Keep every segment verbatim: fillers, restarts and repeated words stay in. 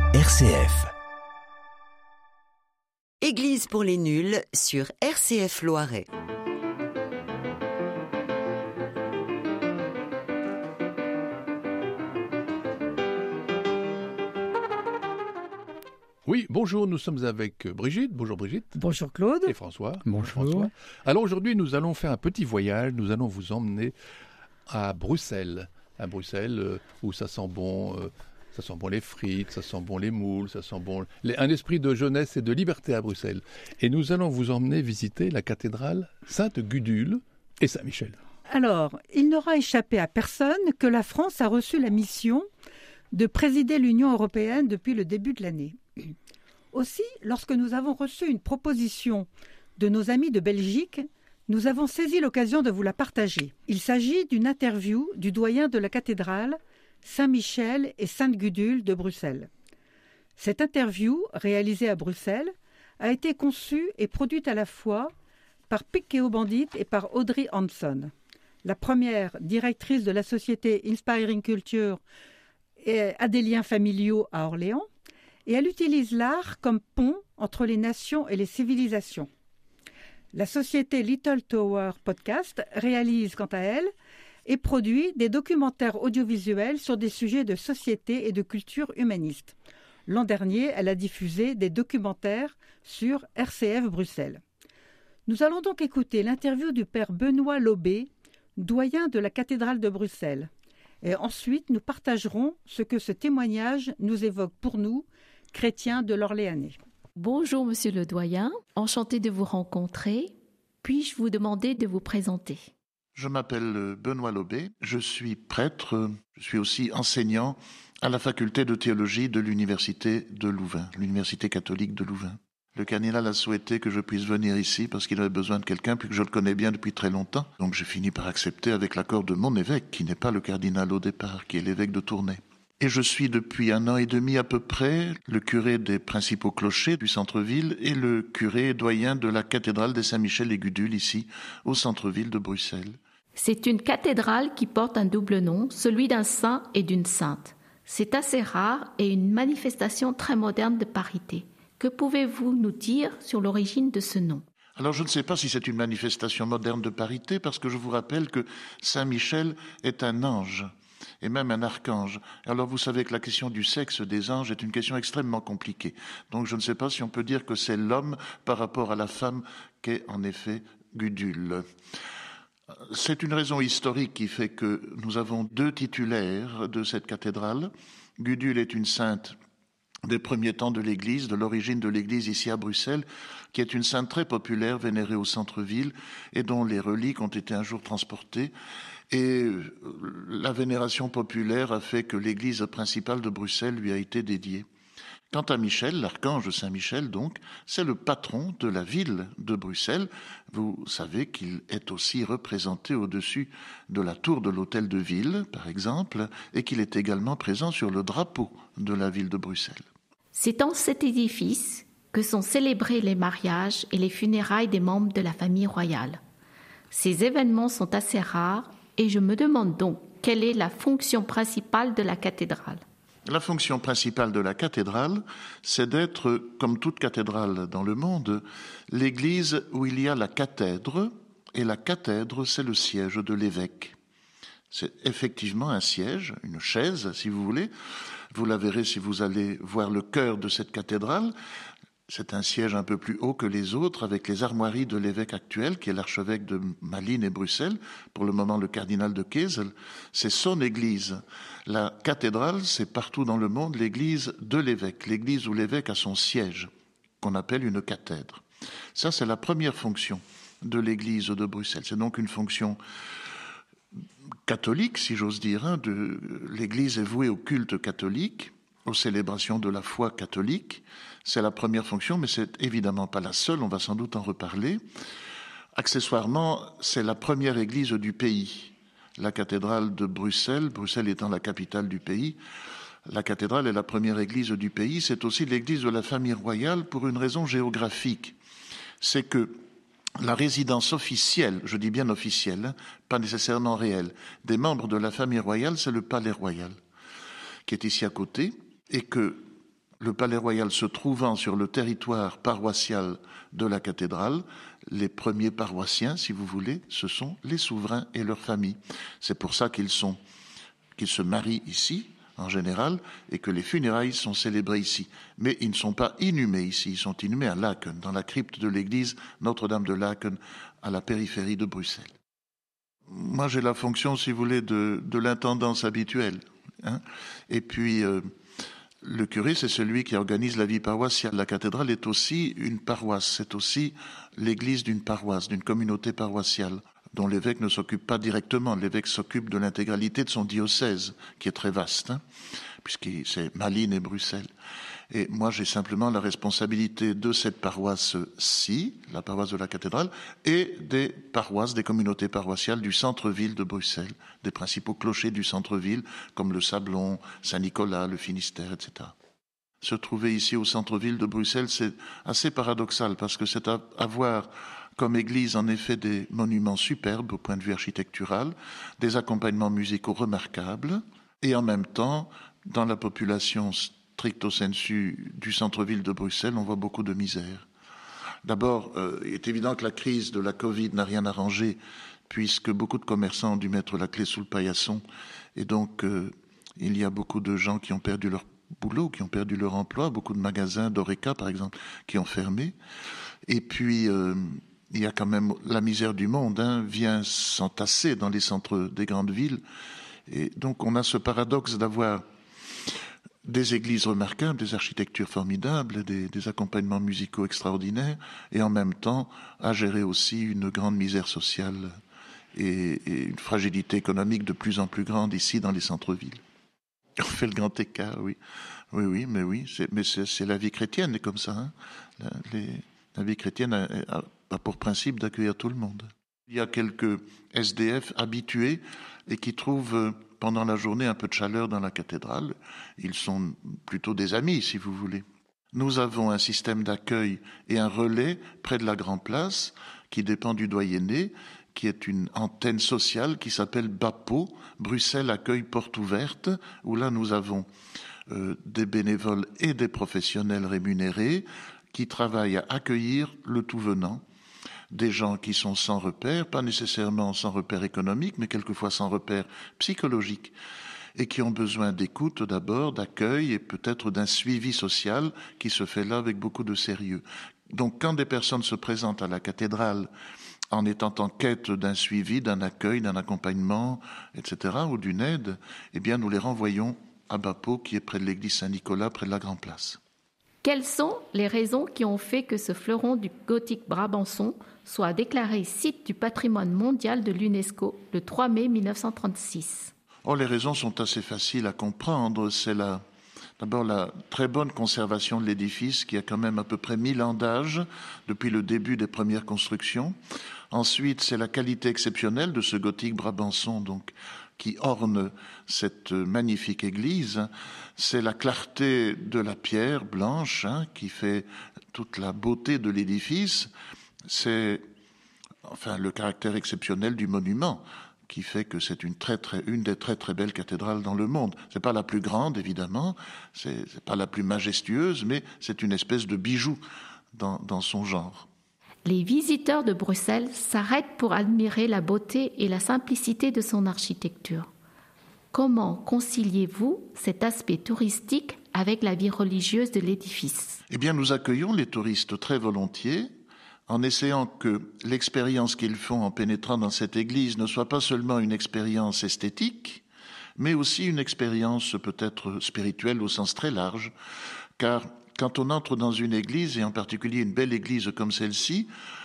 R C F. Église pour les nuls sur R C F Loiret. Oui, bonjour, nous sommes avec Brigitte. Bonjour Brigitte. Bonjour Claude. Et François. Bonjour. François. Alors aujourd'hui, nous allons faire un petit voyage. Nous allons vous emmener à Bruxelles. À Bruxelles, euh, où ça sent bon, euh, ça sent bon les frites, ça sent bon les moules, ça sent bon les... un esprit de jeunesse et de liberté à Bruxelles. Et nous allons vous emmener visiter la cathédrale Sainte-Gudule et Saint-Michel. Alors, il n'aura échappé à personne que la France a reçu la mission de présider l'Union européenne depuis le début de l'année. Aussi, lorsque nous avons reçu une proposition de nos amis de Belgique, nous avons saisi l'occasion de vous la partager. Il s'agit d'une interview du doyen de la cathédrale Saint-Michel et Sainte-Gudule de Bruxelles. Cette interview, réalisée à Bruxelles, a été conçue et produite à la fois par Pic-Keo Bandit et par Audrey Hanson. La première, directrice de la société Inspiring Culture et à des liens familiaux à Orléans, et elle utilise l'art comme pont entre les nations et les civilisations. La société Little Tower Podcast réalise, quant à elle, et produit des documentaires audiovisuels sur des sujets de société et de culture humaniste. L'an dernier, elle a diffusé des documentaires sur R C F Bruxelles. Nous allons donc écouter l'interview du père Benoît Lobé, doyen de la cathédrale de Bruxelles. Et ensuite, nous partagerons ce que ce témoignage nous évoque pour nous, chrétiens de l'Orléanais. Bonjour Monsieur le doyen, enchanté de vous rencontrer. Puis-je vous demander de vous présenter ? Je m'appelle Benoît Lobé, je suis prêtre, je suis aussi enseignant à la faculté de théologie de l'université de Louvain, l'université catholique de Louvain. Le cardinal a souhaité que je puisse venir ici parce qu'il avait besoin de quelqu'un puis que je le connais bien depuis très longtemps. Donc j'ai fini par accepter avec l'accord de mon évêque, qui n'est pas le cardinal au départ, qui est l'évêque de Tournai. Et je suis depuis un an et demi à peu près le curé des principaux clochers du centre-ville et le curé doyen de la cathédrale des Saint-Michel et Gudule ici, au centre-ville de Bruxelles. C'est une cathédrale qui porte un double nom, celui d'un saint et d'une sainte. C'est assez rare et une manifestation très moderne de parité. Que pouvez-vous nous dire sur l'origine de ce nom ? Alors je ne sais pas si c'est une manifestation moderne de parité parce que je vous rappelle que Saint-Michel est un ange et même un archange. Alors vous savez que la question du sexe des anges est une question extrêmement compliquée. Donc je ne sais pas si on peut dire que c'est l'homme par rapport à la femme qu'est en effet Gudule. C'est une raison historique qui fait que nous avons deux titulaires de cette cathédrale. Gudule est une sainte des premiers temps de l'Église, de l'origine de l'Église ici à Bruxelles, qui est une sainte très populaire, vénérée au centre-ville, et dont les reliques ont été un jour transportées. Et la vénération populaire a fait que l'église principale de Bruxelles lui a été dédiée. Quant à Michel, l'archange Saint-Michel donc, c'est le patron de la ville de Bruxelles. Vous savez qu'il est aussi représenté au-dessus de la tour de l'hôtel de ville, par exemple, et qu'il est également présent sur le drapeau de la ville de Bruxelles. C'est dans cet édifice que sont célébrés les mariages et les funérailles des membres de la famille royale. Ces événements sont assez rares et je me demande donc quelle est la fonction principale de la cathédrale. La fonction principale de la cathédrale, c'est d'être, comme toute cathédrale dans le monde, l'église où il y a la cathèdre, et la cathèdre, c'est le siège de l'évêque. C'est effectivement un siège, une chaise, si vous voulez. Vous la verrez si vous allez voir le cœur de cette cathédrale. C'est un siège un peu plus haut que les autres, avec les armoiries de l'évêque actuel, qui est l'archevêque de Malines et Bruxelles, pour le moment le cardinal de Kessel. C'est son église. La cathédrale, c'est partout dans le monde l'église de l'évêque, l'église où l'évêque a son siège, qu'on appelle une cathèdre. Ça, c'est la première fonction de l'église de Bruxelles. C'est donc une fonction catholique, si j'ose dire. Hein, de, l'église est vouée au culte catholique, aux célébrations de la foi catholique. C'est la première fonction, mais c'est évidemment pas la seule, on va sans doute en reparler. Accessoirement, c'est la première église du pays. La cathédrale de Bruxelles, Bruxelles étant la capitale du pays, la cathédrale est la première église du pays, c'est aussi l'église de la famille royale pour une raison géographique. C'est que la résidence officielle, je dis bien officielle, hein, pas nécessairement réelle, des membres de la famille royale, c'est le palais royal, qui est ici à côté, et que Le palais royal se trouvant sur le territoire paroissial de la cathédrale, les premiers paroissiens, si vous voulez, ce sont les souverains et leurs familles. C'est pour ça qu'ils sont, qu'ils se marient ici, en général, et que les funérailles sont célébrées ici. Mais ils ne sont pas inhumés ici, ils sont inhumés à Laeken, dans la crypte de l'église Notre-Dame de Laeken, à la périphérie de Bruxelles. Moi, j'ai la fonction, si vous voulez, de, de l'intendance habituelle. Hein. Et puis, euh, le curé, c'est celui qui organise la vie paroissiale. La cathédrale est aussi une paroisse, c'est aussi l'église d'une paroisse, d'une communauté paroissiale, dont l'évêque ne s'occupe pas directement. L'évêque s'occupe de l'intégralité de son diocèse, qui est très vaste, hein, puisque c'est Malines et Bruxelles. Et moi, j'ai simplement la responsabilité de cette paroisse-ci, la paroisse de la cathédrale, et des paroisses, des communautés paroissiales du centre-ville de Bruxelles, des principaux clochers du centre-ville, comme le Sablon, Saint-Nicolas, le Finistère, et cetera. Se trouver ici au centre-ville de Bruxelles, c'est assez paradoxal, parce que c'est avoir comme église, en effet, des monuments superbes au point de vue architectural, des accompagnements musicaux remarquables, et en même temps, dans la population stricto sensu du centre-ville de Bruxelles, on voit beaucoup de misère. D'abord, euh, il est évident que la crise de la Covid n'a rien arrangé, puisque beaucoup de commerçants ont dû mettre la clé sous le paillasson, et donc euh, il y a beaucoup de gens qui ont perdu leur boulot, qui ont perdu leur emploi, beaucoup de magasins, d'Oreca par exemple, qui ont fermé. Et puis, euh, il y a quand même la misère du monde, hein, vient s'entasser dans les centres des grandes villes, et donc on a ce paradoxe d'avoir des églises remarquables, des architectures formidables, des, des accompagnements musicaux extraordinaires, et en même temps à gérer aussi une grande misère sociale et, et une fragilité économique de plus en plus grande ici dans les centres-villes. On fait le grand écart, oui. Oui, oui, mais oui, c'est, mais c'est, c'est la vie chrétienne, est comme ça. Hein. La, les, la vie chrétienne a, a, a pour principe d'accueillir tout le monde. Il y a quelques S D F habitués et qui trouvent pendant la journée un peu de chaleur dans la cathédrale. Ils sont plutôt des amis, si vous voulez. Nous avons un système d'accueil et un relais près de la Grande Place qui dépend du doyenné, qui est une antenne sociale qui s'appelle BAPO, Bruxelles Accueil Porte Ouverte, où là nous avons euh, des bénévoles et des professionnels rémunérés qui travaillent à accueillir le tout venant. Des gens qui sont sans repère, pas nécessairement sans repère économique, mais quelquefois sans repère psychologique, et qui ont besoin d'écoute d'abord, d'accueil et peut-être d'un suivi social qui se fait là avec beaucoup de sérieux. Donc quand des personnes se présentent à la cathédrale en étant en quête d'un suivi, d'un accueil, d'un accompagnement, et cetera, ou d'une aide, eh bien nous les renvoyons à Bapo, qui est près de l'église Saint-Nicolas, près de la Grande Place. Quelles sont les raisons qui ont fait que ce fleuron du gothique brabançon soit déclaré site du patrimoine mondial de l'UNESCO le trois mai mille neuf cent trente-six ? Oh, les raisons sont assez faciles à comprendre. C'est la, d'abord la très bonne conservation de l'édifice, qui a quand même à peu près mille ans d'âge depuis le début des premières constructions. Ensuite, c'est la qualité exceptionnelle de ce gothique brabançon, donc, qui orne cette magnifique église. C'est la clarté de la pierre blanche, hein, qui fait toute la beauté de l'édifice. C'est enfin le caractère exceptionnel du monument, qui fait que c'est une très très une des très très belles cathédrales dans le monde. C'est pas la plus grande évidemment, c'est, c'est pas la plus majestueuse, mais c'est une espèce de bijou dans, dans son genre. Les visiteurs de Bruxelles s'arrêtent pour admirer la beauté et la simplicité de son architecture. Comment conciliez-vous cet aspect touristique avec la vie religieuse de l'édifice ? Eh bien, nous accueillons les touristes très volontiers, en essayant que l'expérience qu'ils font en pénétrant dans cette église ne soit pas seulement une expérience esthétique, mais aussi une expérience peut-être spirituelle au sens très large, car quand on entre dans une église, et en particulier une belle église comme celle-ci,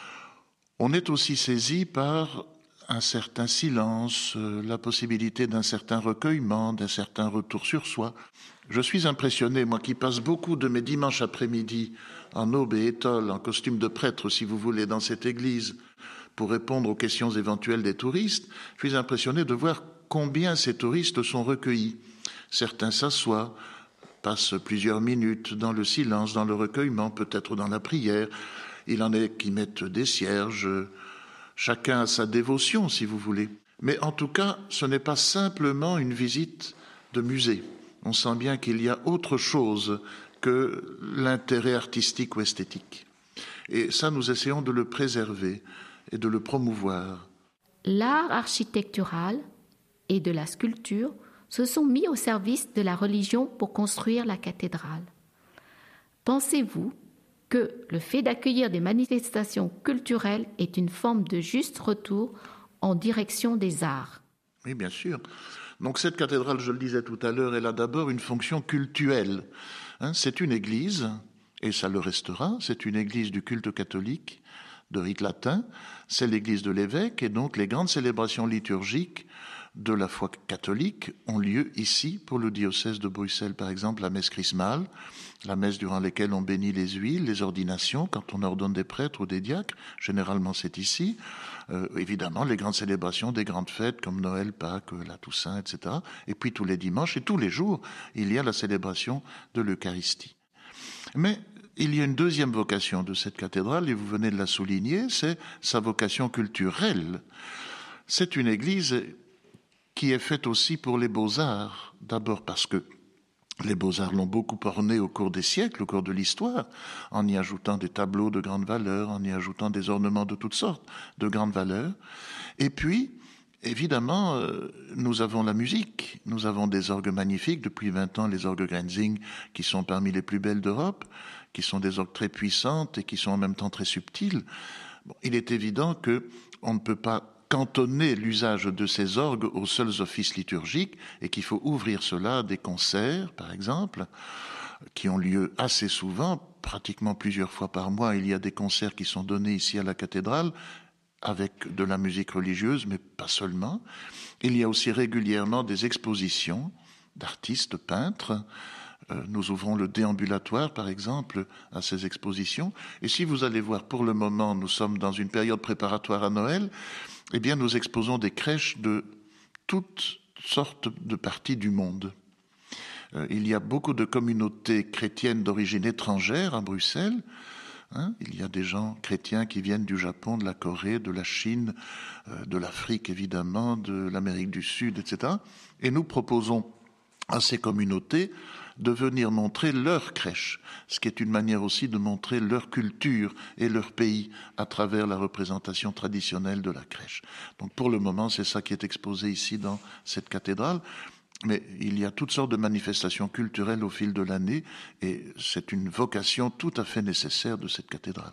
on est aussi saisi par un certain silence, la possibilité d'un certain recueillement, d'un certain retour sur soi. Je suis impressionné, moi qui passe beaucoup de mes dimanches après-midi en aube et étole, en costume de prêtre, si vous voulez, dans cette église, pour répondre aux questions éventuelles des touristes, je suis impressionné de voir combien ces touristes sont recueillis. Certains s'assoient, passent plusieurs minutes dans le silence, dans le recueillement, peut-être dans la prière. Il en est qui mettent des cierges, chacun a sa dévotion, si vous voulez. Mais en tout cas, ce n'est pas simplement une visite de musée. On sent bien qu'il y a autre chose que l'intérêt artistique ou esthétique. Et ça, nous essayons de le préserver et de le promouvoir. L'art architectural et de la sculpture se sont mis au service de la religion pour construire la cathédrale. Pensez-vous que le fait d'accueillir des manifestations culturelles est une forme de juste retour en direction des arts? Oui, bien sûr. Donc cette cathédrale, je le disais tout à l'heure, elle a d'abord une fonction cultuelle. Hein, c'est une église, et ça le restera, c'est une église du culte catholique, de rite latin, c'est l'église de l'évêque, et donc les grandes célébrations liturgiques de la foi catholique ont lieu ici, pour le diocèse de Bruxelles, par exemple, la messe chrismale, la messe durant laquelle on bénit les huiles, les ordinations, quand on ordonne des prêtres ou des diacres, généralement c'est ici. Euh, évidemment, les grandes célébrations des grandes fêtes comme Noël, Pâques, la Toussaint, et cetera. Et puis tous les dimanches et tous les jours, il y a la célébration de l'Eucharistie. Mais il y a une deuxième vocation de cette cathédrale, et vous venez de la souligner, c'est sa vocation culturelle. C'est une église qui est faite aussi pour les beaux-arts, d'abord parce que les beaux-arts l'ont beaucoup ornée au cours des siècles, au cours de l'histoire, en y ajoutant des tableaux de grande valeur, en y ajoutant des ornements de toutes sortes de grande valeur. Et puis, évidemment, euh, nous avons la musique. Nous avons des orgues magnifiques. Depuis vingt ans, les orgues Grenzing, qui sont parmi les plus belles d'Europe, qui sont des orgues très puissantes et qui sont en même temps très subtiles. Bon, il est évident qu'on ne peut pas cantonner l'usage de ces orgues aux seuls offices liturgiques et qu'il faut ouvrir cela à des concerts, par exemple, qui ont lieu assez souvent, pratiquement plusieurs fois par mois. Il y a des concerts qui sont donnés ici à la cathédrale avec de la musique religieuse, mais pas seulement. Il y a aussi régulièrement des expositions d'artistes, peintres. Euh, nous ouvrons le déambulatoire, par exemple, à ces expositions. Et si vous allez voir, pour le moment, nous sommes dans une période préparatoire à Noël, eh bien, nous exposons des crèches de toutes sortes de parties du monde. Euh, il y a beaucoup de communautés chrétiennes d'origine étrangère à Bruxelles. Hein, il y a des gens chrétiens qui viennent du Japon, de la Corée, de la Chine, euh, de l'Afrique évidemment, de l'Amérique du Sud, et cetera. Et nous proposons à ces communautés de venir montrer leur crèche, ce qui est une manière aussi de montrer leur culture et leur pays à travers la représentation traditionnelle de la crèche. Donc pour le moment, c'est ça qui est exposé ici dans cette cathédrale. Mais il y a toutes sortes de manifestations culturelles au fil de l'année et c'est une vocation tout à fait nécessaire de cette cathédrale.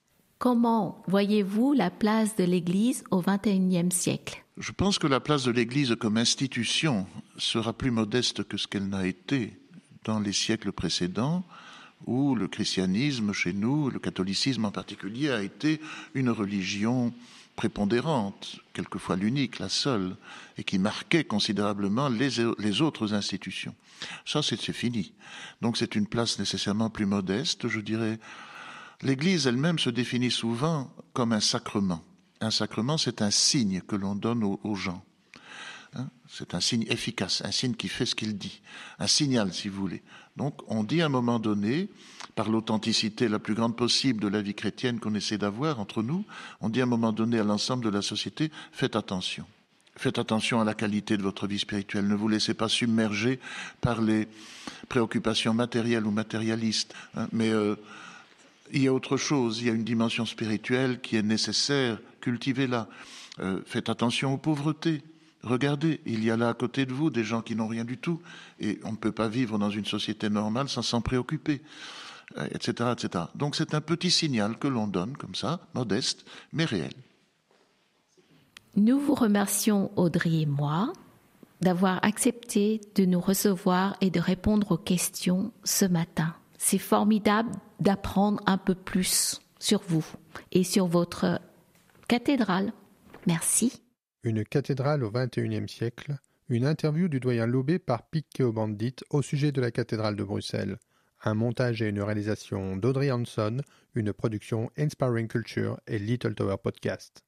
Comment voyez-vous la place de l'Église au vingt et unième siècle? Je pense que la place de l'Église comme institution sera plus modeste que ce qu'elle n'a été dans les siècles précédents, où le christianisme chez nous, le catholicisme en particulier, a été une religion prépondérante, quelquefois l'unique, la seule, et qui marquait considérablement les, les autres institutions. Ça, c'est, c'est fini. Donc c'est une place nécessairement plus modeste, je dirais. L'Église elle-même se définit souvent comme un sacrement. Un sacrement, c'est un signe que l'on donne aux, aux gens. Hein, c'est un signe efficace, un signe qui fait ce qu'il dit, un signal si vous voulez. Donc on dit à un moment donné, par l'authenticité la plus grande possible de la vie chrétienne qu'on essaie d'avoir entre nous, on dit à un moment donné à l'ensemble de la société, faites attention. Faites attention à la qualité de votre vie spirituelle. Ne vous laissez pas submerger par les préoccupations matérielles ou matérialistes. Hein, mais euh, il y a autre chose, il y a une dimension spirituelle qui est nécessaire, cultivez-la. Euh, faites attention aux pauvretés. Regardez, il y a là à côté de vous des gens qui n'ont rien du tout et on ne peut pas vivre dans une société normale sans s'en préoccuper, et cetera, et cetera. Donc c'est un petit signal que l'on donne comme ça, modeste, mais réel. Nous vous remercions, Audrey et moi, d'avoir accepté de nous recevoir et de répondre aux questions ce matin. C'est formidable d'apprendre un peu plus sur vous et sur votre cathédrale. Merci. Une cathédrale au vingt et unième siècle, une interview du doyen Lobé par Piquet Bandit au sujet de la cathédrale de Bruxelles. Un montage et une réalisation d'Audrey Hanson, une production Inspiring Culture et Little Tower Podcast.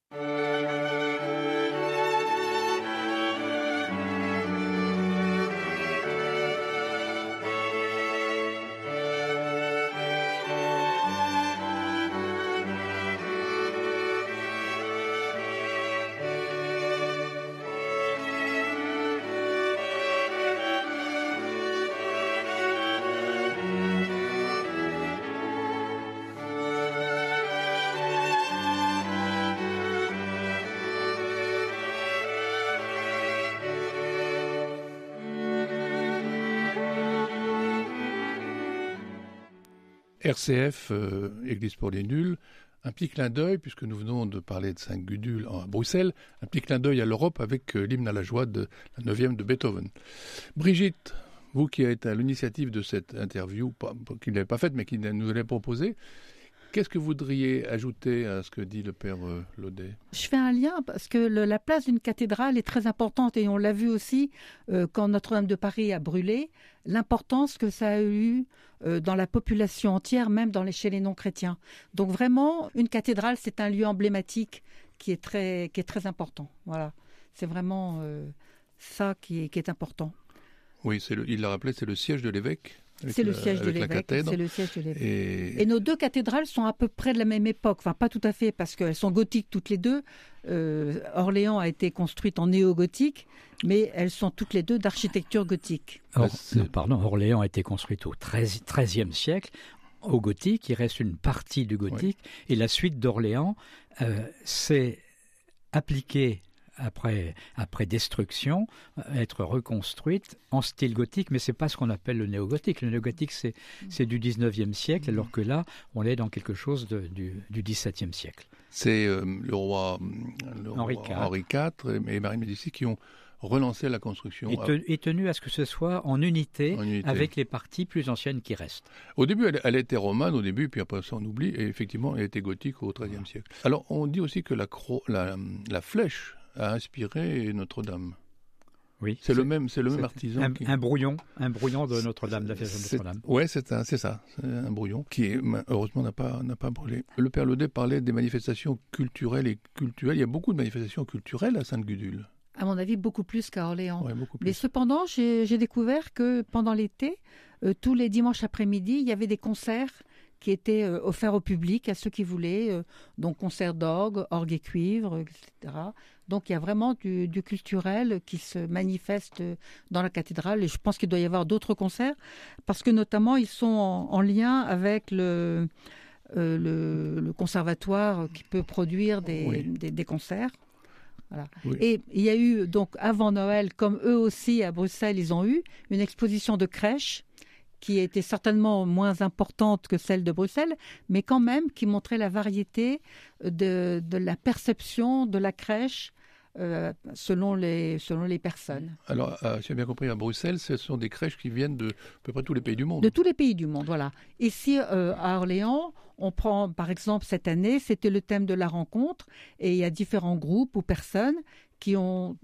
R C F, euh, Église pour les nuls, un petit clin d'œil, puisque nous venons de parler de Saint-Gudule à Bruxelles, un petit clin d'œil à l'Europe avec euh, l'hymne à la joie de la neuvième de Beethoven. Brigitte, vous qui êtes à l'initiative de cette interview, pas, qu'il n'avait pas faite, mais qui nous l'a proposée, qu'est-ce que vous voudriez ajouter à ce que dit le père euh, Laudet ? Je fais un lien parce que le, la place d'une cathédrale est très importante et on l'a vu aussi euh, quand Notre-Dame de Paris a brûlé, l'importance que ça a eu euh, dans la population entière, même dans les, chez les non-chrétiens. Donc vraiment, une cathédrale, c'est un lieu emblématique qui est très, qui est très important. Voilà, c'est vraiment euh, ça qui est, qui est important. Oui, c'est le, il l'a rappelé, c'est le siège de l'évêque. C'est le siège de l'évêque. C'est le siège de l'évêque. Et... Et nos deux cathédrales sont à peu près de la même époque. Enfin, pas tout à fait, parce qu'elles sont gothiques toutes les deux. Euh, Orléans a été construite en néo-gothique, mais elles sont toutes les deux d'architecture gothique. Or, non, pardon, Orléans a été construite au treizième siècle, au gothique. Il reste une partie du gothique. Oui. Et la suite d'Orléans euh, s'est appliquée après, après destruction, être reconstruite en style gothique, mais ce n'est pas ce qu'on appelle le néo-gothique. Le néo-gothique, c'est, c'est du dix-neuvième siècle, alors que là, on est dans quelque chose de, du, du dix-septième siècle. C'est euh, le roi, le Henri roi quatre. Henri quatre et Marie Médicis qui ont relancé la construction. Et, te, et tenu à ce que ce soit en unité, en unité, avec les parties plus anciennes qui restent. Au début, elle, elle était romane, au début, puis après ça on oublie, et effectivement, elle était gothique au treizième siècle. Alors, on dit aussi que la, cro- la, la flèche a inspiré Notre-Dame. Oui, c'est, c'est le même, c'est le même artisan. Un, qui... un brouillon, un brouillon de Notre-Dame, de la Vierge de Notre-Dame. Ouais, c'est, un, c'est ça, c'est un brouillon qui est, heureusement n'a pas, n'a pas brûlé. Le père Laudet parlait des manifestations culturelles et culturelles. Il y a beaucoup de manifestations culturelles à Sainte-Gudule. À mon avis, beaucoup plus qu'à Orléans. Ouais, beaucoup plus. Mais cependant, j'ai, j'ai découvert que pendant l'été, euh, tous les dimanches après-midi, il y avait des concerts qui étaient euh, offerts au public, à ceux qui voulaient, euh, donc concerts d'orgue, orgue et cuivre, et cetera. Donc il y a vraiment du, du culturel qui se manifeste dans la cathédrale, et je pense qu'il doit y avoir d'autres concerts, parce que notamment ils sont en, en lien avec le, euh, le, le conservatoire qui peut produire des, oui. des, des concerts. Voilà. Oui. Et il y a eu, donc avant Noël, comme eux aussi à Bruxelles, ils ont eu une exposition de crèches, qui était certainement moins importante que celle de Bruxelles, mais quand même qui montrait la variété de, de la perception de la crèche euh, selon, les, selon les personnes. Alors, euh, si j'ai bien compris, à Bruxelles, ce sont des crèches qui viennent de à peu près tous les pays du monde. De tous les pays du monde, voilà. Ici, euh, à Orléans, on prend, par exemple, cette année, c'était le thème de la rencontre, et il y a différents groupes ou personnes qui ont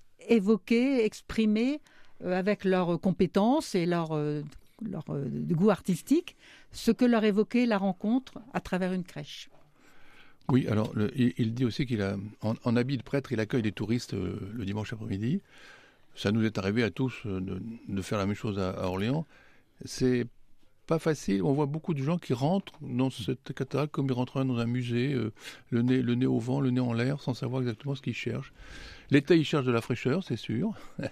évoqué, exprimé, euh, avec leurs compétences et leurs... Euh, leur euh, goût artistique, ce que leur évoquait la rencontre à travers une crèche. Oui, alors le, il, il dit aussi qu'il a, en, en habit de prêtre, il accueille les touristes euh, le dimanche après-midi. Ça nous est arrivé à tous euh, de, de faire la même chose à, à Orléans. C'est pas facile. On voit beaucoup de gens qui rentrent dans cette cathédrale comme ils rentreraient dans un musée, euh, le nez, le nez au vent, le nez en l'air, sans savoir exactement ce qu'ils cherchent. L'été, ils cherchent de la fraîcheur, c'est sûr.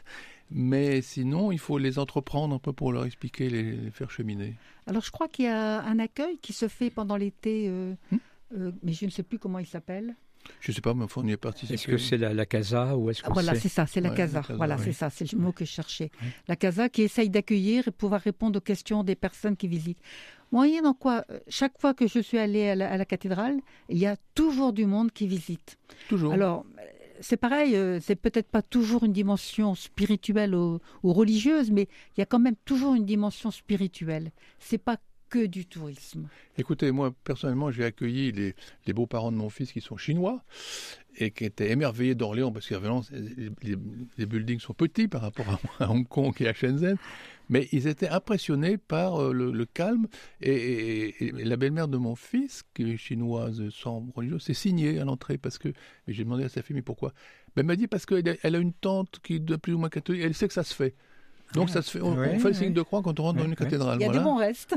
Mais sinon, il faut les entreprendre un peu pour leur expliquer, les, les faire cheminer. Alors, je crois qu'il y a un accueil qui se fait pendant l'été, euh, hmm euh, mais je ne sais plus comment il s'appelle. Je ne sais pas, mais enfin, on y est participé. Est-ce que c'est la, la Casa ou est-ce que Voilà, c'est... c'est ça, c'est la, ouais, casa. la Casa. Voilà, oui. C'est ça, c'est le mot que je cherchais. Oui. La Casa qui essaye d'accueillir et pouvoir répondre aux questions des personnes qui visitent. Moyennant quoi, chaque fois que je suis allée à la, à la cathédrale, il y a toujours du monde qui visite. Toujours. Alors, c'est pareil, euh, c'est peut-être pas toujours une dimension spirituelle ou, ou religieuse, mais il y a quand même toujours une dimension spirituelle. C'est pas que du tourisme. Écoutez, moi, personnellement, j'ai accueilli les, les beaux-parents de mon fils qui sont chinois et qui étaient émerveillés d'Orléans parce que les, les, les buildings sont petits par rapport à, à Hong Kong et à Shenzhen, mais ils étaient impressionnés par euh, le, le calme et, et, et la belle-mère de mon fils, qui est chinoise sans religion, s'est signée à l'entrée parce que, et j'ai demandé à sa fille, mais pourquoi? Ben, elle m'a dit parce qu'elle a, elle a une tante qui est plus ou moins catholique, elle sait que ça se fait. Donc, ah, ça se fait, on, ouais, on fait ouais. le signe de croix quand on rentre ouais, dans une ouais. cathédrale. Il y a voilà. des bons restes.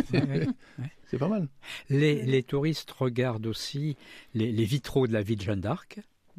C'est pas mal. Les, les touristes regardent aussi les, les vitraux de la vie de Jeanne d'Arc.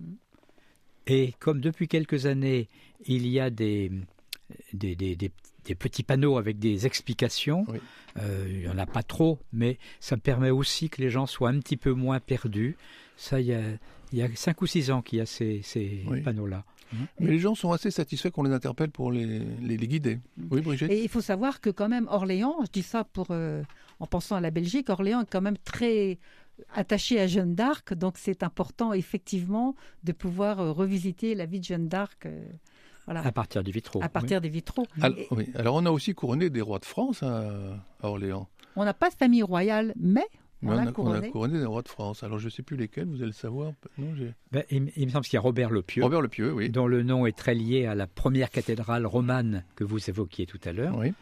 Et comme depuis quelques années, il y a des, des, des, des, des petits panneaux avec des explications, oui. euh, il n'y en a pas trop, mais ça permet aussi que les gens soient un petit peu moins perdus. Ça, il y a, il y a cinq ou six ans qu'il y a ces, ces oui. panneaux-là. Mais les gens sont assez satisfaits qu'on les interpelle pour les, les, les guider. Oui, Brigitte. Et il faut savoir que quand même Orléans, je dis ça pour, euh, en pensant à la Belgique, Orléans est quand même très attaché à Jeanne d'Arc, donc c'est important effectivement de pouvoir euh, revisiter la vie de Jeanne d'Arc. Euh, voilà. À partir des vitraux. À partir oui. des vitraux. Alors, Et, oui. Alors on a aussi couronné des rois de France à, à Orléans. on n'a pas de famille royale, mais Mais on, on, a a, couronné. on a couronné des rois de France. Alors je ne sais plus lesquels, vous allez le savoir. Non, j'ai... Ben, il, il me semble qu'il y a Robert le Pieux, Robert le Pieux, oui. dont le nom est très lié à la première cathédrale romane que vous évoquiez tout à l'heure. Oui.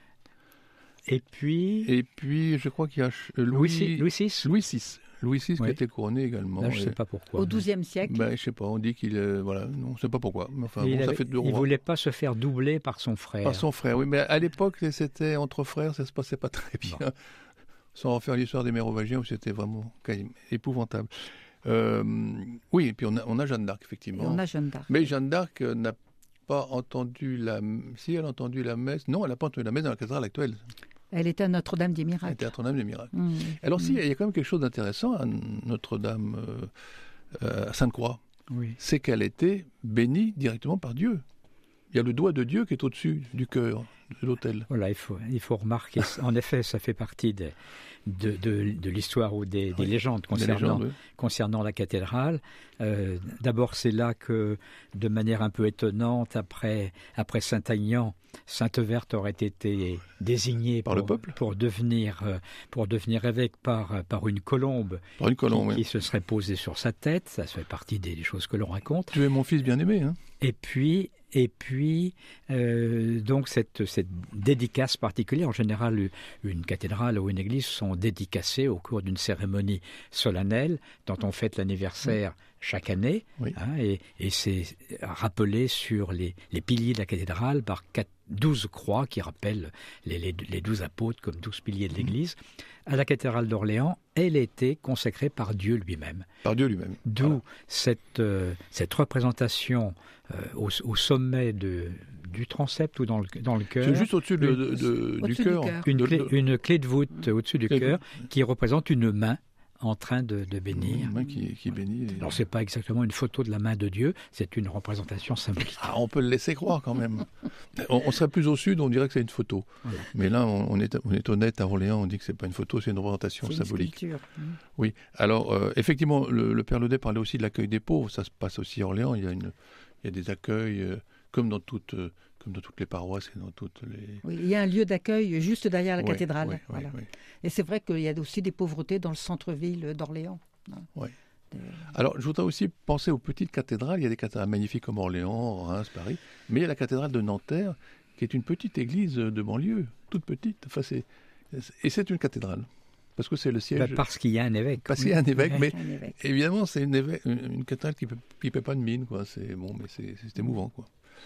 Et puis... Et puis je crois qu'il y a Louis, Louis six. Louis six. Louis six Oui. qui a été couronné également. Là, je ne sais Et... pas pourquoi. Au douzième siècle. Ben, je sais pas, on dit qu'il est... Voilà, non, on ne sait pas pourquoi. Mais enfin, il bon, ça avait- fait deux il rois. ne voulait pas se faire doubler par son frère. Par son frère, oui. Mais à l'époque, c'était entre frères, ça se passait pas très bien. Bon. Sans refaire l'histoire des Mérovingiens, où c'était vraiment quand même épouvantable. Euh, oui, et puis on a, on a Jeanne d'Arc, Et effectivement. on a Jeanne d'Arc. Mais Jeanne d'Arc euh, n'a pas entendu la... Si, elle a entendu la messe. Non, elle n'a pas entendu la messe dans la cathédrale actuelle. Elle était à Notre-Dame des Elle Miracles. était à Notre-Dame des Miracles. Mmh. Alors si, Mmh. il y a quand même quelque chose d'intéressant à Notre-Dame, euh, euh, à Sainte-Croix. Oui. C'est qu'elle était bénie directement par Dieu. Il y a le doigt de Dieu qui est au-dessus du cœur de l'autel. Voilà, il faut, il faut remarquer, en effet, ça fait partie de, de, de, de l'histoire ou des, des Oui, légendes Des concernant, légendes, oui. concernant la cathédrale. Euh, d'abord, c'est là que, de manière un peu étonnante, après, après Saint-Aignan, Sainte-Verte aurait été désignée Par pour, le peuple. pour, devenir, euh, pour devenir évêque par, par une colombe, Par une colombe, qui, oui. qui se serait posée sur sa tête. Ça fait partie des, des choses que l'on raconte. Tu es mon fils bien-aimé, hein. Et puis, et puis euh, donc cette, cette dédicace particulière, en général, une cathédrale ou une église sont dédicacées au cours d'une cérémonie solennelle dont on fête l'anniversaire chaque année, Oui. hein, et, et c'est rappelé sur les, les piliers de la cathédrale par quatre, douze croix qui rappellent les, les, les douze apôtres comme douze piliers de l'église. À la cathédrale d'Orléans, elle était consacrée par Dieu lui-même. Par Dieu lui-même. D'où Voilà. cette, euh, cette représentation euh, au, au sommet de, du transept ou dans le, dans le cœur. C'est juste au-dessus de, de- de- Au-dessus du du cœur. cœur. Une De- clé, de- une clé de voûte au-dessus du Clé de cœur qui représente une main en train de, de bénir. Une main qui, qui bénit. et- Alors, ce n'est pas exactement une photo de la main de Dieu, c'est une représentation symbolique. Ah, on peut le laisser croire quand même. on, on serait plus au sud, on dirait que c'est une photo. Voilà. Mais là, on, on est, on est honnête, à Orléans, on dit que c'est pas une photo, c'est une représentation C'est une symbolique. sculpture. Mmh. Oui. Alors, euh, effectivement, le, le Père Ledet parlait aussi de l'accueil des pauvres. Ça se passe aussi à Orléans. Il y a, une, il y a des accueils, euh, comme, dans toutes, euh, comme dans toutes les paroisses et dans toutes les... Oui, il y a un lieu d'accueil juste derrière la Ouais, cathédrale. ouais, ouais, voilà. ouais. Et c'est vrai qu'il y a aussi des pauvretés dans le centre-ville d'Orléans. Ouais. Euh, Alors, je voudrais aussi penser aux petites cathédrales. Il y a des cathédrales magnifiques comme Orléans, Reims, Paris. Mais il y a la cathédrale de Nanterre, qui est une petite église de banlieue, toute petite. Enfin, c'est... Et c'est une cathédrale. Parce que c'est le siège... Ben, parce qu'il y a un évêque. Parce qu'il y a un évêque, mais un évêque. évidemment, c'est une, évêque- une une cathédrale qui ne paie pas de mine. Quoi. C'est, bon, mais c'est, c'est émouvant. Quoi.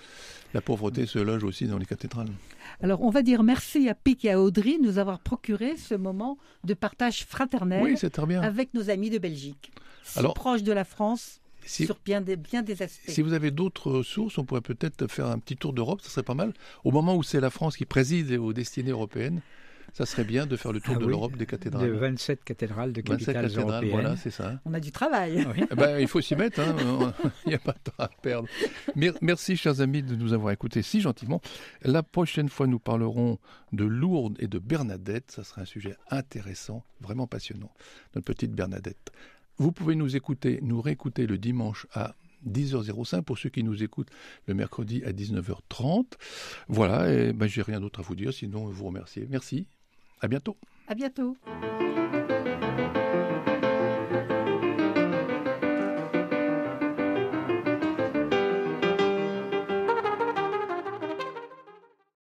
La pauvreté se loge aussi dans les cathédrales. Alors, on va dire merci à Pic et à Audrey de nous avoir procuré ce moment de partage fraternel Oui, c'est très bien. avec nos amis de Belgique. Si Alors, proches de la France, Si, sur bien des, bien des aspects. si vous avez d'autres sources, on pourrait peut-être faire un petit tour d'Europe, ça serait pas mal. Au moment où c'est la France qui préside aux destinées européennes, ça serait bien de faire le tour Ah de oui, l'Europe des cathédrales. De vingt-sept cathédrales de vingt-sept capitales cathédrales, européennes. voilà, c'est ça. On a du travail. Oui. Eh ben, il faut s'y mettre, hein. Il n'y a pas de temps à perdre. Mer- Merci, chers amis, de nous avoir écoutés si gentiment. La prochaine fois, nous parlerons de Lourdes et de Bernadette. Ça sera un sujet intéressant, vraiment passionnant. Notre petite Bernadette. Vous pouvez nous écouter, nous réécouter le dimanche à dix heures zéro cinq pour ceux qui nous écoutent le mercredi à dix-neuf heures trente. Voilà, et ben, j'ai rien d'autre à vous dire, sinon vous remercier. Merci, à bientôt. À bientôt.